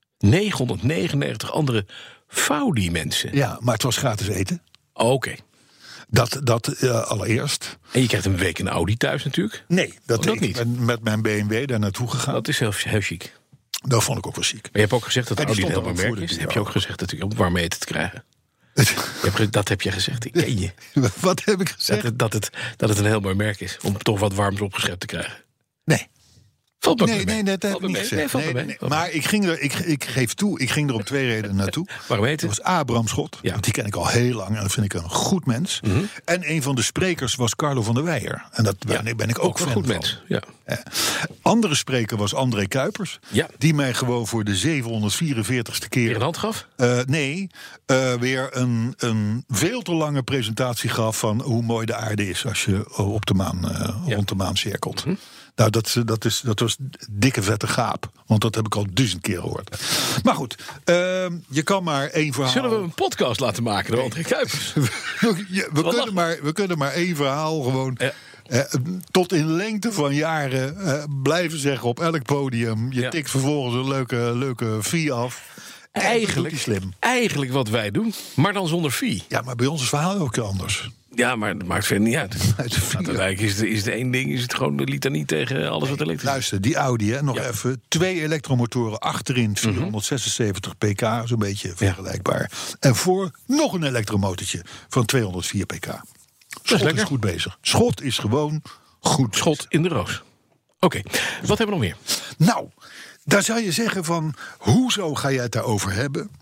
negenhonderdnegenennegentig andere Faudi-mensen. Ja, maar het was gratis eten. Oké. Dat, dat uh, allereerst. En je krijgt een week een Audi thuis natuurlijk. Nee, dat, Oh, dat ik niet. ben met mijn B M W daar naartoe gegaan. Dat, Dat is heel, heel chic. dat vond ik ook wel ziek. Maar je hebt ook gezegd dat En die Audi een stond heel dan mooi ook merk voor is. de Heb je ook gezegd dat om warm eten te krijgen. Je hebt ge- dat heb je gezegd. Ik ken je. Wat heb ik Dat gezegd? het, dat, het, dat het een heel mooi merk is. Om toch wat warms opgeschept te krijgen. Nee. Valt me Nee, mee. nee, dat heb Valt ik me niet mee. Nee, gezegd. valt me Nee, mee. nee, Valt me maar ik, ging er, ik, ik geef toe, ik ging er om twee redenen naartoe. Waarom eten? Dat was A. Bram Schot, Ja. want die ken ik al heel lang en dat vind ik een goed mens. Mhm. En een van de sprekers was Carlo van der Weijer. En dat ben, Ja, ben ik ook, ook een fan goed van. mens. Ja. Ja. Andere spreker was André Kuipers. Ja. Die mij gewoon voor de zevenhonderdvierenveertigste Weer keer. een hand gaf? Uh, nee, uh, weer een, een veel te lange presentatie gaf van hoe mooi de aarde is als je op de maan, uh, Ja. rond de maan cirkelt. Hm. Nou, dat, dat, is, dat was dikke vette gaap. Want dat heb ik al duizend keer gehoord. Maar goed, uh, je kan maar één verhaal. Zullen we een podcast laten maken door André Kuipers? Ja, we, kunnen maar, we kunnen maar één verhaal gewoon. Ja. Eh, tot in lengte van jaren eh, blijven zeggen op elk podium. Je Ja. tikt vervolgens een leuke, leuke fee af. En dat Eigenlijk, doet hij slim. eigenlijk wat wij doen, maar dan zonder fee. Ja, maar bij ons is het verhaal ook anders. Ja, maar dat maakt verder niet uit. Uit de fee, Uiteindelijk is het, is het één ding, is het gewoon de litanie tegen alles wat elektrisch is. Luister, die Audi, hè, nog Ja. even. Twee elektromotoren achterin, vierhonderdzesenzeventig pk, zo'n beetje vergelijkbaar. En voor nog een elektromotortje van tweehonderdvier pk. Schot is, lekker. goed bezig. Schot is gewoon goed Schot bezig. in de roos. Oké, wat hebben we nog meer? Nou, daar zou je zeggen van, hoezo ga jij het daarover hebben?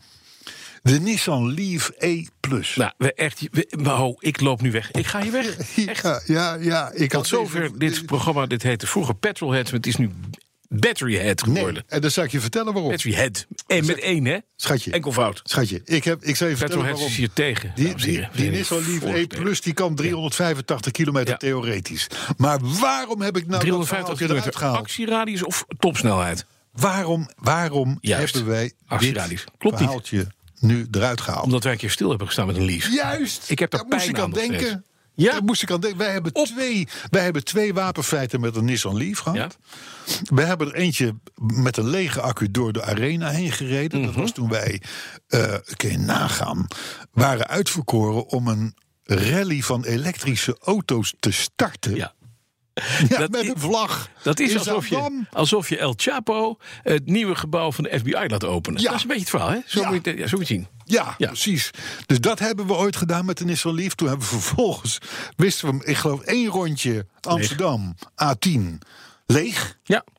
De Nissan Leaf E Plus. Nou, we echt, we, maar ho, ik loop nu weg. Ik ga hier weg. Echt. Ja, ja, ja. Ik Tot zover dit programma. Dit heette vroeger Petrolhead, maar het is nu Batteryhead geworden. Nee, en dan zal ik je vertellen waarom. Batteryhead. En met één, hè? Schatje. Enkelvoud. Schatje, ik, heb, ik zal je vertellen Petrolhead waarom. is hier tegen. Die, dames en die, heren. die Nee, Nissan Leaf E vooroordelen. Plus die kan driehonderdvijfentachtig kilometer Ja. theoretisch. Maar waarom heb ik nou driehonderdvijftig dat verhaaltje eruit kilometer gehaald? actieradius of topsnelheid? Waarom, waarom Juist. hebben wij Actieradius. dit Klopt niet. verhaaltje nu eruit gehaald? Omdat wij een keer stil hebben gestaan met een Leaf. Juist! Ik heb daar moest pijn ik aan aan nog denken. steeds. Ja. Daar moest ik aan denken. Wij hebben, twee, wij hebben twee wapenfeiten met een Nissan Leaf gehad. Ja? We hebben er eentje met een lege accu door de arena heen gereden. Dat Mhm. was toen wij, uh, kun je nagaan, waren uitverkoren om een rally van elektrische auto's te starten. Ja. Ja, Dat met i- een vlag. Dat is in alsof je, Zaandam. alsof je El Chapo het nieuwe gebouw van de F B I laat openen. Ja. Dat is een beetje het verhaal, hè? Zo, Ja. moet, je, het- ja, zo moet je het zien. Ja, Ja. precies. Dus dat hebben we ooit gedaan met de Nissan Leaf. Toen hebben we vervolgens, wisten we, ik geloof één rondje Amsterdam, A tien, leeg. Ja.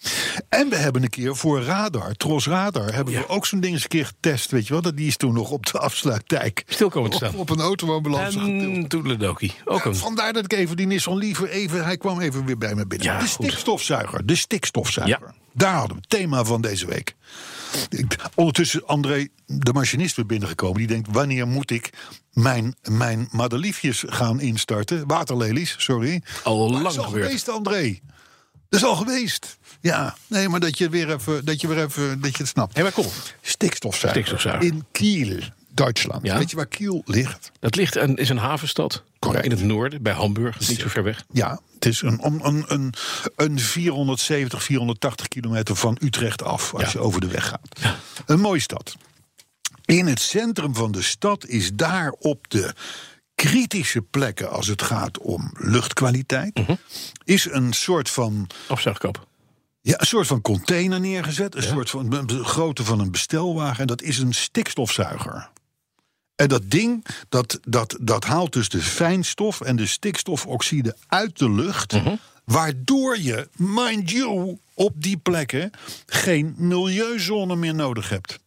En we hebben een keer voor Radar, Tros Radar, hebben ja. we ook zo'n ding eens een keer getest. Weet je wel, dat die is toen nog op de afsluitdijk Stil komen te staan. Op, op een autoambulance getild. En Toedeledokie. Ook Ja, een... vandaar dat ik even die Nissan Liever even... Hij kwam even weer bij me binnen. Ja, de goed. stikstofzuiger. De stikstofzuiger. Ja. Daar hadden we het thema van deze week. Ik, ondertussen André, de machinist, weer binnengekomen. Die denkt, wanneer moet ik mijn, mijn madeliefjes gaan instarten? Waterlelies, sorry. Al Maar lang het is al gebeurd. geweest, André. Dat is al geweest. Ja, nee, maar dat je weer even, dat je weer even, dat je het snapt. Hé, maar kom. Stikstofzuiger. Stikstofzuiger. In Kiel, Duitsland. Ja. Weet je waar Kiel ligt? Dat ligt een, is een havenstad. Correct. In het noorden, bij Hamburg. Niet zo ver weg. Ja, het is een, een, een, een vierhonderdzeventig, vierhonderdtachtig kilometer van Utrecht af... als Ja. je over de weg gaat. Ja. Een mooie stad. In het centrum van de stad is daar op de kritische plekken... als het gaat om luchtkwaliteit... Mm-hmm. is een soort van... Opzuigkap. Ja, een soort van container neergezet. Een ja. soort van de grootte van een bestelwagen. En dat is een stikstofzuiger. En dat ding, dat, dat, dat haalt dus de fijnstof en de stikstofoxide uit de lucht... Mm-hmm. Waardoor je, mind you, op die plekken geen milieuzone meer nodig hebt.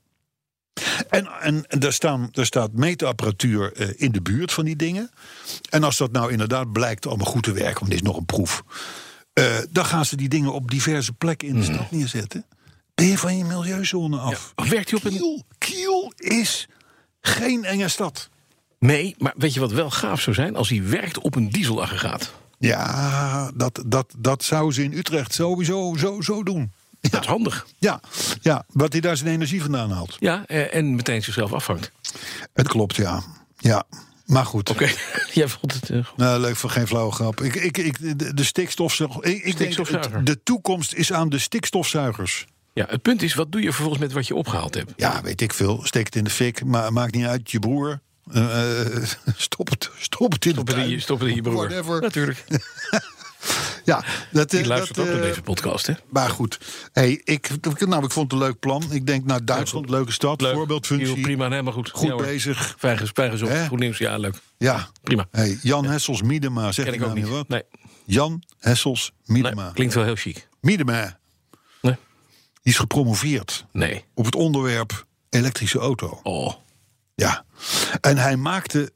En, en, en daar, staan, daar staat meetapparatuur uh, in de buurt van die dingen. En als dat nou inderdaad blijkt allemaal goed te werken... want dit is nog een proef... Uh, dan gaan ze die dingen op diverse plekken in de stad mm. neerzetten. Ben je van je milieuzone af. Ja, werkt hij op een... Kiel, Kiel is geen enge stad. Nee, maar weet je wat wel gaaf zou zijn? Als hij werkt op een dieselaggregaat. Ja, dat, dat, dat zou ze in Utrecht sowieso zo, zo doen. Ja. Dat is handig. Ja, ja, wat hij daar zijn energie vandaan haalt. Ja, en meteen zichzelf afvangt. Het klopt, ja. Ja. Maar goed. Oké, okay. Jij vond het uh, goed. Nou, leuk voor geen flauwe grap. Ik, ik, ik, de, de stikstofzuiger. Ik, ik Stikstofzuiger. Denk, de toekomst is aan de stikstofzuigers. Ja, het punt is, wat doe je vervolgens met wat je opgehaald hebt? Ja, weet ik veel. Steek het in de fik. Maar maakt niet uit. Je broer. Uh, stop het. Stop het in stop de tuin. Die, stop het in je broer. Whatever. Natuurlijk. Ja, dat, die luistert dat, ook uh, naar deze podcast, hè? Maar goed. Hey, ik, nou, ik vond het een leuk plan. Ik denk, nou, Duitsland, leuke stad. Leuk. Voorbeeldfunctie. Heel prima, helemaal goed. Goed ja, bezig. Vijgers, vijgers op. Goed nieuws, ja, leuk. Ja. Prima. Hey, Jan ja. Hessels Miedema. Zeg Ken ik nou ook niet. wat? Nee. Jan Hessels Miedema. Nee, klinkt wel heel chic. Miedema. Nee. Die is gepromoveerd. Nee. Op het onderwerp elektrische auto. Oh. Ja. En hij maakte...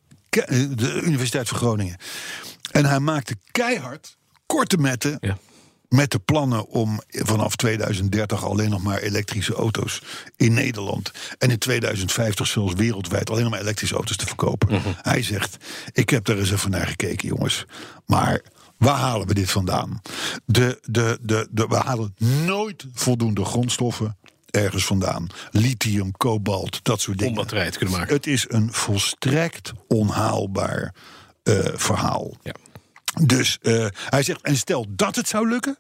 De Universiteit van Groningen. En hij maakte keihard korte metten... Ja. Met de plannen om vanaf tweeduizend dertig alleen nog maar elektrische auto's in Nederland. En in tweeduizend vijftig zelfs wereldwijd alleen nog maar elektrische auto's te verkopen. Mm-hmm. Hij zegt, ik heb er eens even naar gekeken, jongens. Maar waar halen we dit vandaan? De, de, de, de, we halen nooit voldoende grondstoffen ergens vandaan. Lithium, kobalt, dat soort dingen. Om batterijen te kunnen maken. Het is een volstrekt onhaalbaar uh, verhaal. Ja. Dus uh, hij zegt, en stel dat het zou lukken...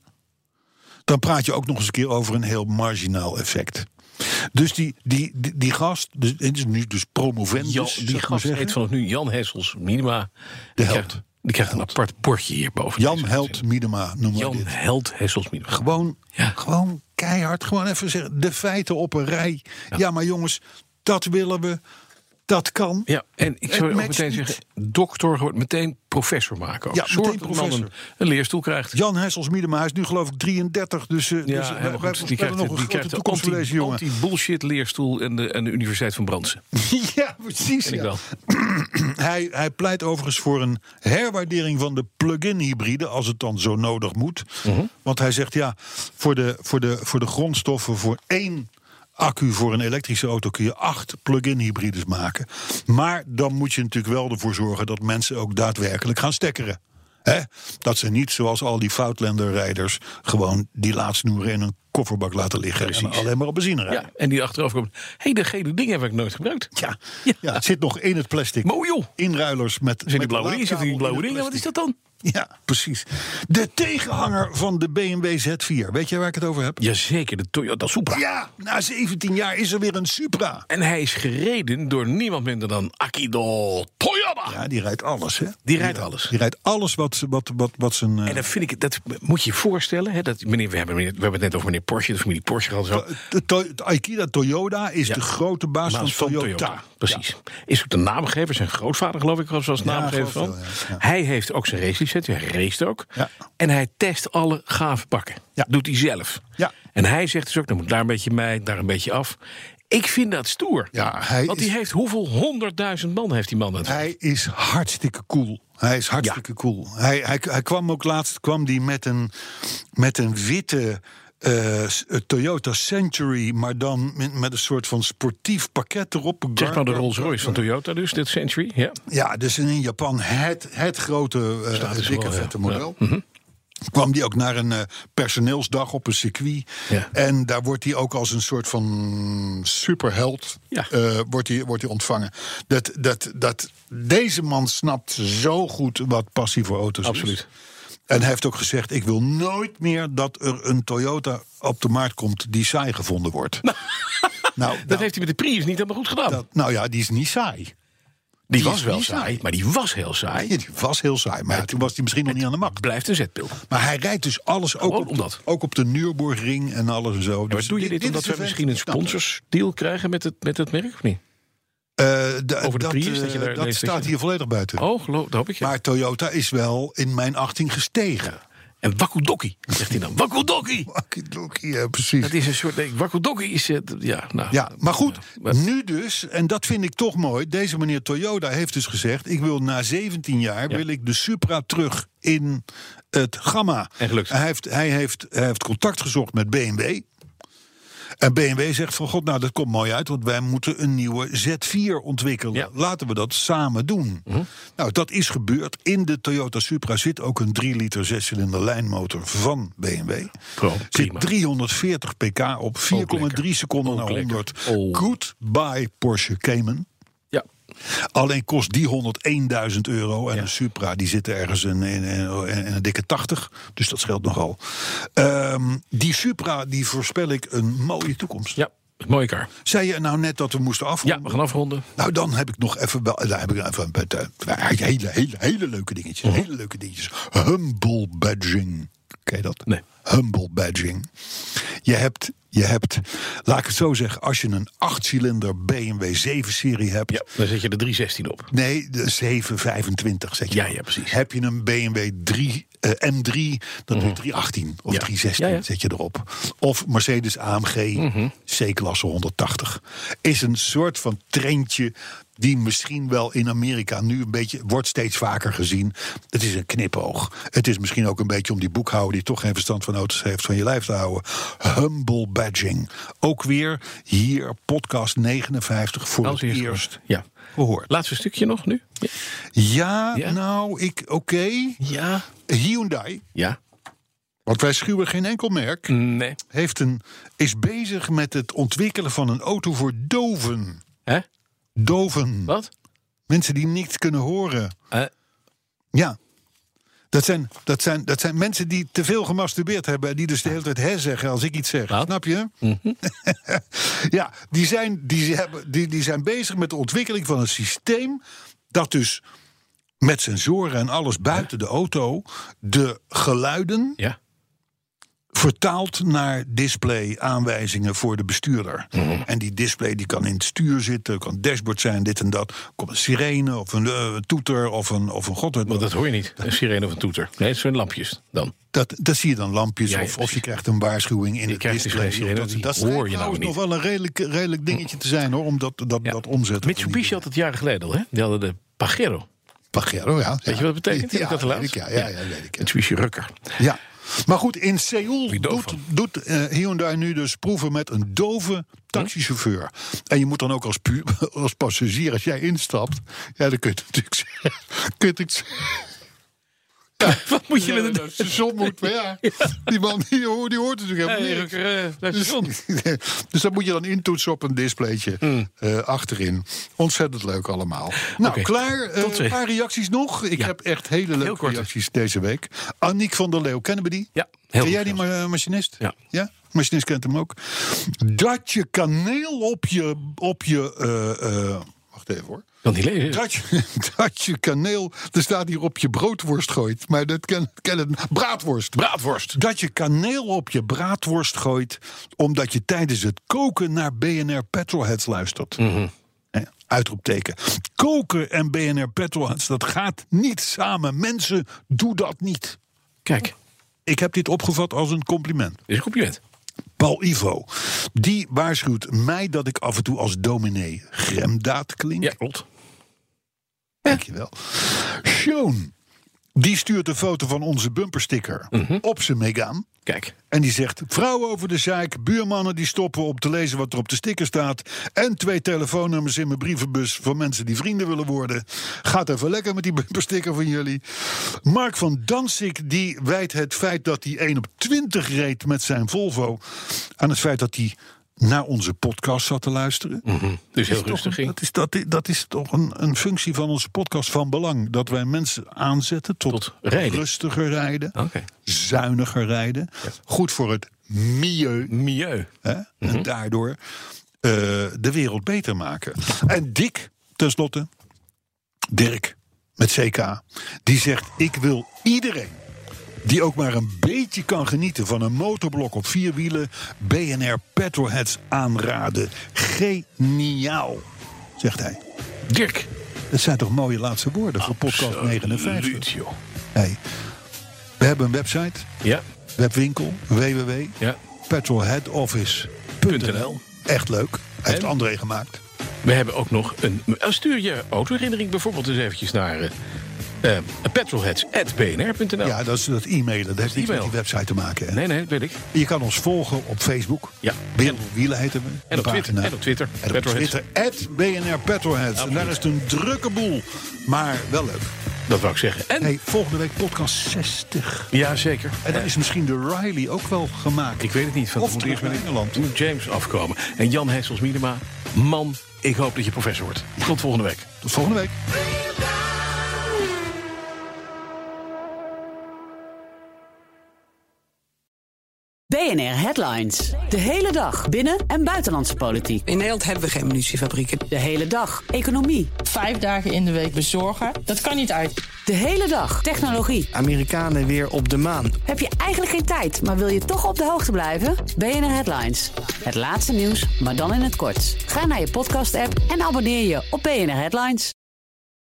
dan praat je ook nog eens een keer over een heel marginaal effect. Dus die, die, die, die gast, dus, het is nu dus promovendus... Jan, die gast heet vanaf nu Jan Hessels Miedema. De held. Krijgt, die krijgt een apart bordje hierboven. Jan Held Miedema, noem maar Jan dit. Held Hessels Miedema. Gewoon, ja. gewoon keihard, gewoon even zeggen, de feiten op een rij. Ja, ja maar jongens, dat willen we... Dat kan. Ja, en ik zou ook meteen niet. zeggen, dokter wordt meteen professor maken. Ook. Ja, Zorg meteen dat de man een, een leerstoel krijgt. Jan Hessels Miedema, hij is nu geloof ik drieëndertig. Dus, uh, ja, dus helemaal wij, goed. wij Die krijgt, nog een die grote krijgt de toekomst voor deze jongen. anti-bullshit leerstoel en de, en de Universiteit van Brandsen. Ja, precies. Ja. Wel. hij, hij pleit overigens voor een herwaardering van de plug-in hybride, als het dan zo nodig moet. Uh-huh. Want hij zegt, ja, voor de, voor de, voor de grondstoffen voor één... accu voor een elektrische auto kun je acht plug-in hybrides maken. Maar dan moet je natuurlijk wel ervoor zorgen dat mensen ook daadwerkelijk gaan stekkeren. He? Dat ze niet, zoals al die Foutlander-rijders, gewoon die laadsnoeren in een kofferbak laten liggen. Precies. En alleen maar op benzine rijden. Ja, en die achterover komen. Hé, hey, de gele dingen heb ik nooit gebruikt. Ja, ja. ja, het zit nog in het plastic. Mooi joh. Inruilers met. Zijn die blauwe dingen? Zitten die blauwe dingen? Wat is dat dan? Ja, precies. De tegenhanger van de B M W Z vier. Weet je waar ik het over heb? Jazeker, de Toyota Supra. Ja, na zeventien jaar is er weer een Supra. En hij is gereden door niemand minder dan Akio Toyoda. Ja, die rijdt alles, hè? Die, die rijdt alles. Die rijdt alles wat, wat, wat, wat zijn... Uh... En dan vind ik, dat moet je je voorstellen, hè, dat meneer, we, hebben meneer, we hebben het net over meneer Porsche, de familie Porsche gehad. Zo. De, de, de Akira Toyoda is ja. de grote baas, baas van, van Toyota. Toyota. Precies. Ja. Is ook de naamgever, zijn grootvader geloof ik, zoals ja, naamgever van. Veel, ja. Ja. Hij heeft ook zijn racelicentie Century. Hij race ook. Ja. En hij test alle gave pakken. Ja. Doet hij zelf. Ja. En hij zegt dus ook, dan moet daar een beetje mee, daar een beetje af. Ik vind dat stoer. Ja, hij Want is, die heeft hoeveel honderdduizend man heeft die man het. hij is hartstikke cool. Hij is hartstikke Ja. cool. Hij, hij, hij kwam ook laatst kwam die met een, met een witte uh, Toyota Century, maar dan met, met een soort van sportief pakket erop. Zeg maar de Rolls Royce van Toyota dus, dit Century. Ja. Ja, dus in Japan het, het grote, uh, Staat dus dikke, wel, ja. vette model. Ja. Mm-hmm. Kwam die ook naar een uh, personeelsdag op een circuit. Ja. En daar wordt hij ook als een soort van superheld Ja. uh, wordt hij, wordt hij ontvangen. Dat, dat, dat, deze man snapt zo goed wat passie voor auto's Absoluut. is. En hij heeft ook gezegd, ik wil nooit meer dat er een Toyota op de markt komt die saai gevonden wordt. nou, Dat nou, heeft hij met de Prius niet helemaal goed gedaan. dat, nou ja, die is niet saai. die die was is wel niet saai, saai. maar die was heel saai. Ja, die was heel saai, maar toen was hij misschien nog niet aan de macht. Blijft een zetpil. Maar hij rijdt dus alles ook Gewoon op, de, omdat. ook op de Nürburgring en alles en zo. Ja, maar Dus doe je dit, dit omdat is we een misschien een vent die snapt sponsorsdeal krijgen met het, met het merk, of niet? het. Uh, de- Over de dat, Prius, dat uh, je daar dat leest dat staat je- hier volledig buiten. Oh, geloof, dat hoop ik. Ja. Maar Toyota is wel in mijn achting gestegen. En Wakudoki, zegt hij dan. Wakudoki! Wakidoki, ja, precies. Dat is een soort... nee, Wakudoki is... eh, Ja, nou, Ja, maar goed, maar- nu dus, en dat vind ik toch mooi. Deze meneer Toyota heeft dus gezegd, ik wil na zeventien jaar Ja. wil ik de Supra terug in het gamma. En gelukt. Hij heeft, hij heeft, hij heeft contact gezocht met B M W. En B M W zegt van god, nou dat komt mooi uit, want wij moeten een nieuwe Z vier ontwikkelen. Ja. Laten we dat samen doen. Nou, dat is gebeurd. In de Toyota Supra zit ook een drie liter zescilinder lijnmotor van B M W. Gewoon Zit prima. driehonderdveertig pk op vier komma drie lekker. seconden Ook naar lekker. honderd. Oh. Goodbye Porsche Cayman. Ja. Alleen kost die honderdeenduizend euro. En Ja. een Supra die zit ergens in, in, in, in een dikke tachtig. Dus dat scheelt nogal. Um, die Supra die voorspel ik een mooie toekomst. Ja, mooie kar. Zei je nou net dat we moesten afronden? Ja, we gaan afronden. Nou, dan heb ik nog even wel. Daar heb ik even een uh, hele, hele, hele leuke dingetjes. Mhm. Hele leuke dingetjes. Humble badging. Ken je dat? Nee. Humble badging. Je hebt, je hebt, laat ik het zo zeggen, als je een achtcilinder B M W zeven serie hebt. Ja, dan zet je de driehonderdzestien op. Nee, de zeven vijfentwintig zet je. Ja, op. ja, precies. Heb je een B M W drie, uh, M drie, dan doe je driehonderdachttien of Ja. driehonderdzestien Ja, ja. zet je erop. Of Mercedes A M G C-klasse honderdtachtig. Is een soort van trendje die misschien wel in Amerika nu een beetje wordt steeds vaker gezien. Het is een knipoog. Het is misschien ook een beetje om die boekhouder die toch geen verstand van auto's heeft van je lijf te houden. Humble badging. Ook weer hier podcast negenenvijftig voor Als het eerste. eerst Ja. gehoord. Laatste stukje nog nu? Ja. Ja, Ja? nou, ik, oké. Ja. Hyundai, Ja. want wij schuwen geen enkel merk, Nee. heeft een, is bezig met het ontwikkelen van een auto voor doven. Hè? Doven. Wat? Mensen die niks kunnen horen. Eh, Ja. Dat zijn, dat, zijn, dat zijn mensen die te veel gemasturbeerd hebben en die dus de hele tijd hè zeggen als ik iets zeg. Wat? Snap je? Ja, die zijn, die, hebben, die, die zijn bezig met de ontwikkeling van een systeem dat dus met sensoren en alles buiten de auto de geluiden ja. vertaald naar display aanwijzingen voor de bestuurder. En die display die kan in het stuur zitten, kan dashboard zijn, dit en dat. Komt een sirene of een uh, toeter of een, of een god. Want dat hoor je niet. Een sirene of een toeter. Nee, het zijn lampjes dan. Dat, dat zie je dan lampjes Ja, ja, of, of precies. je krijgt een waarschuwing in Je het krijgt dus display. geen sirene, Of die dat hoor schijnt je nou trouwens niet. nog wel een redelijk, redelijk dingetje te zijn hoor, om dat, dat, Ja. dat omzetten. Mitsubishi had het jaren geleden al, hè? Die hadden de Pajero. Pajero, ja. Weet je wat dat betekent? Heb Ja, ik dat weet laatst? ik, ja, ja, ja, weet ik. Ja. Mitsubishi Rucker. Ja. Maar goed, in Seoul Wie doof doet, van? doet uh, Hyundai nu dus proeven met een dove taxichauffeur. En je moet dan ook als, pu- als passagier, als jij instapt, ja, dan kun je het natuurlijk zeggen. Kun je het Wat moet je ja, met naar het station moet, maar ja, die man die, hoort- die hoort natuurlijk helemaal Hey, niks. Rucker, uh, naar het Dus, station. dus dat moet je dan intoetsen op een displaytje Hmm. uh, achterin. Ontzettend leuk allemaal. Nou, Oké, klaar. Uh, tot een paar reacties nog. Ik Ja. heb echt hele leuke kort. reacties deze week. Aniek van der Leeuw, kennen we die? Ja, heel Ken jij goed die zelfs. ma- machinist? Ja. Ja? Machinist kent hem ook. Dat je kaneel op je... Op je uh, uh, wacht even hoor. Kan die lezen? Dat je, dat je kaneel... Er staat hier op je broodworst gooit. Maar dat ken, ken het... Braadworst. Braadworst. Dat je kaneel op je braadworst gooit... omdat je tijdens het koken naar B N R Petrolheads luistert. Mhm. Hè, uitroepteken. Koken en B N R Petrolheads, dat gaat niet samen. Mensen, doe dat niet. Kijk, Ik heb dit opgevat als een compliment. dit is een compliment. Paul Ivo, die waarschuwt mij dat ik af en toe als dominee gremdaad klink. Ja, klopt. Dankjewel. Sean, die stuurt een foto van onze bumpersticker Mhm. op zijn Megane. Kijk. En die zegt, vrouwen over de zeik, buurmannen die stoppen om te lezen wat er op de sticker staat. En twee telefoonnummers in mijn brievenbus voor mensen die vrienden willen worden. Gaat even lekker met die bumpersticker van jullie. Mark van Danzig, die wijt het feit dat hij één op twintig reed met zijn Volvo aan het feit dat hij naar onze podcast zat te luisteren. Mm-hmm. Dus heel Is toch rustig een- ging. Dat is, dat, dat is toch een, een functie van onze podcast van belang. Dat wij mensen aanzetten tot, Tot rijden. rustiger rijden, Oké. zuiniger rijden. Goed voor het milieu. Milieu. Hè? En daardoor uh, de wereld beter maken. En Dick, tenslotte, Dirk met C K, die zegt: ik wil iedereen die ook maar een beetje kan genieten van een motorblok op vier wielen B N R Petrolheads aanraden. Geniaal, zegt hij. Dirk. Dat zijn toch mooie laatste woorden voor podcast negenenvijftig. Absoluut, joh. Hey, we hebben een website, Ja. webwinkel, w w w punt Ja. petrolheadoffice punt n l. Echt leuk. Hij heeft En? André gemaakt. We hebben ook nog een... Stuur je autoherinnering bijvoorbeeld eens eventjes naar... Uh, uh, petrolheads at b n r punt n l. Ja, dat is dat e-mailen. Dat heeft niks met e-mail. die website te maken. Hè? Nee, nee, dat weet ik. Je kan ons volgen op Facebook. Ja. Wereldwielen heten we. En op de Twitter. pagina. En op Twitter. En op Petrolheads. Twitter. at B N R Petrolheads. En daar is het een drukke boel. Maar wel leuk. Dat wou ik zeggen. En... Hey, volgende week podcast zestig. Ja, zeker. En dan is misschien de Riley ook wel gemaakt. Ik weet het niet. Want Of er moet eerst terug met naar Engeland. moet James afkomen. En Jan Hessels Minema. Man, ik hoop dat je professor wordt. Tot volgende week. Tot volgende week. B N R Headlines. De hele dag binnen- en buitenlandse politiek. In Nederland hebben we geen munitiefabrieken. De hele dag economie. Vijf dagen in de week bezorgen, dat kan niet uit. De hele dag technologie. Amerikanen weer op de maan. Heb je eigenlijk geen tijd, maar wil je toch op de hoogte blijven? B N R Headlines. Het laatste nieuws, maar dan in het kort. Ga naar je podcast-app en abonneer je op B N R Headlines.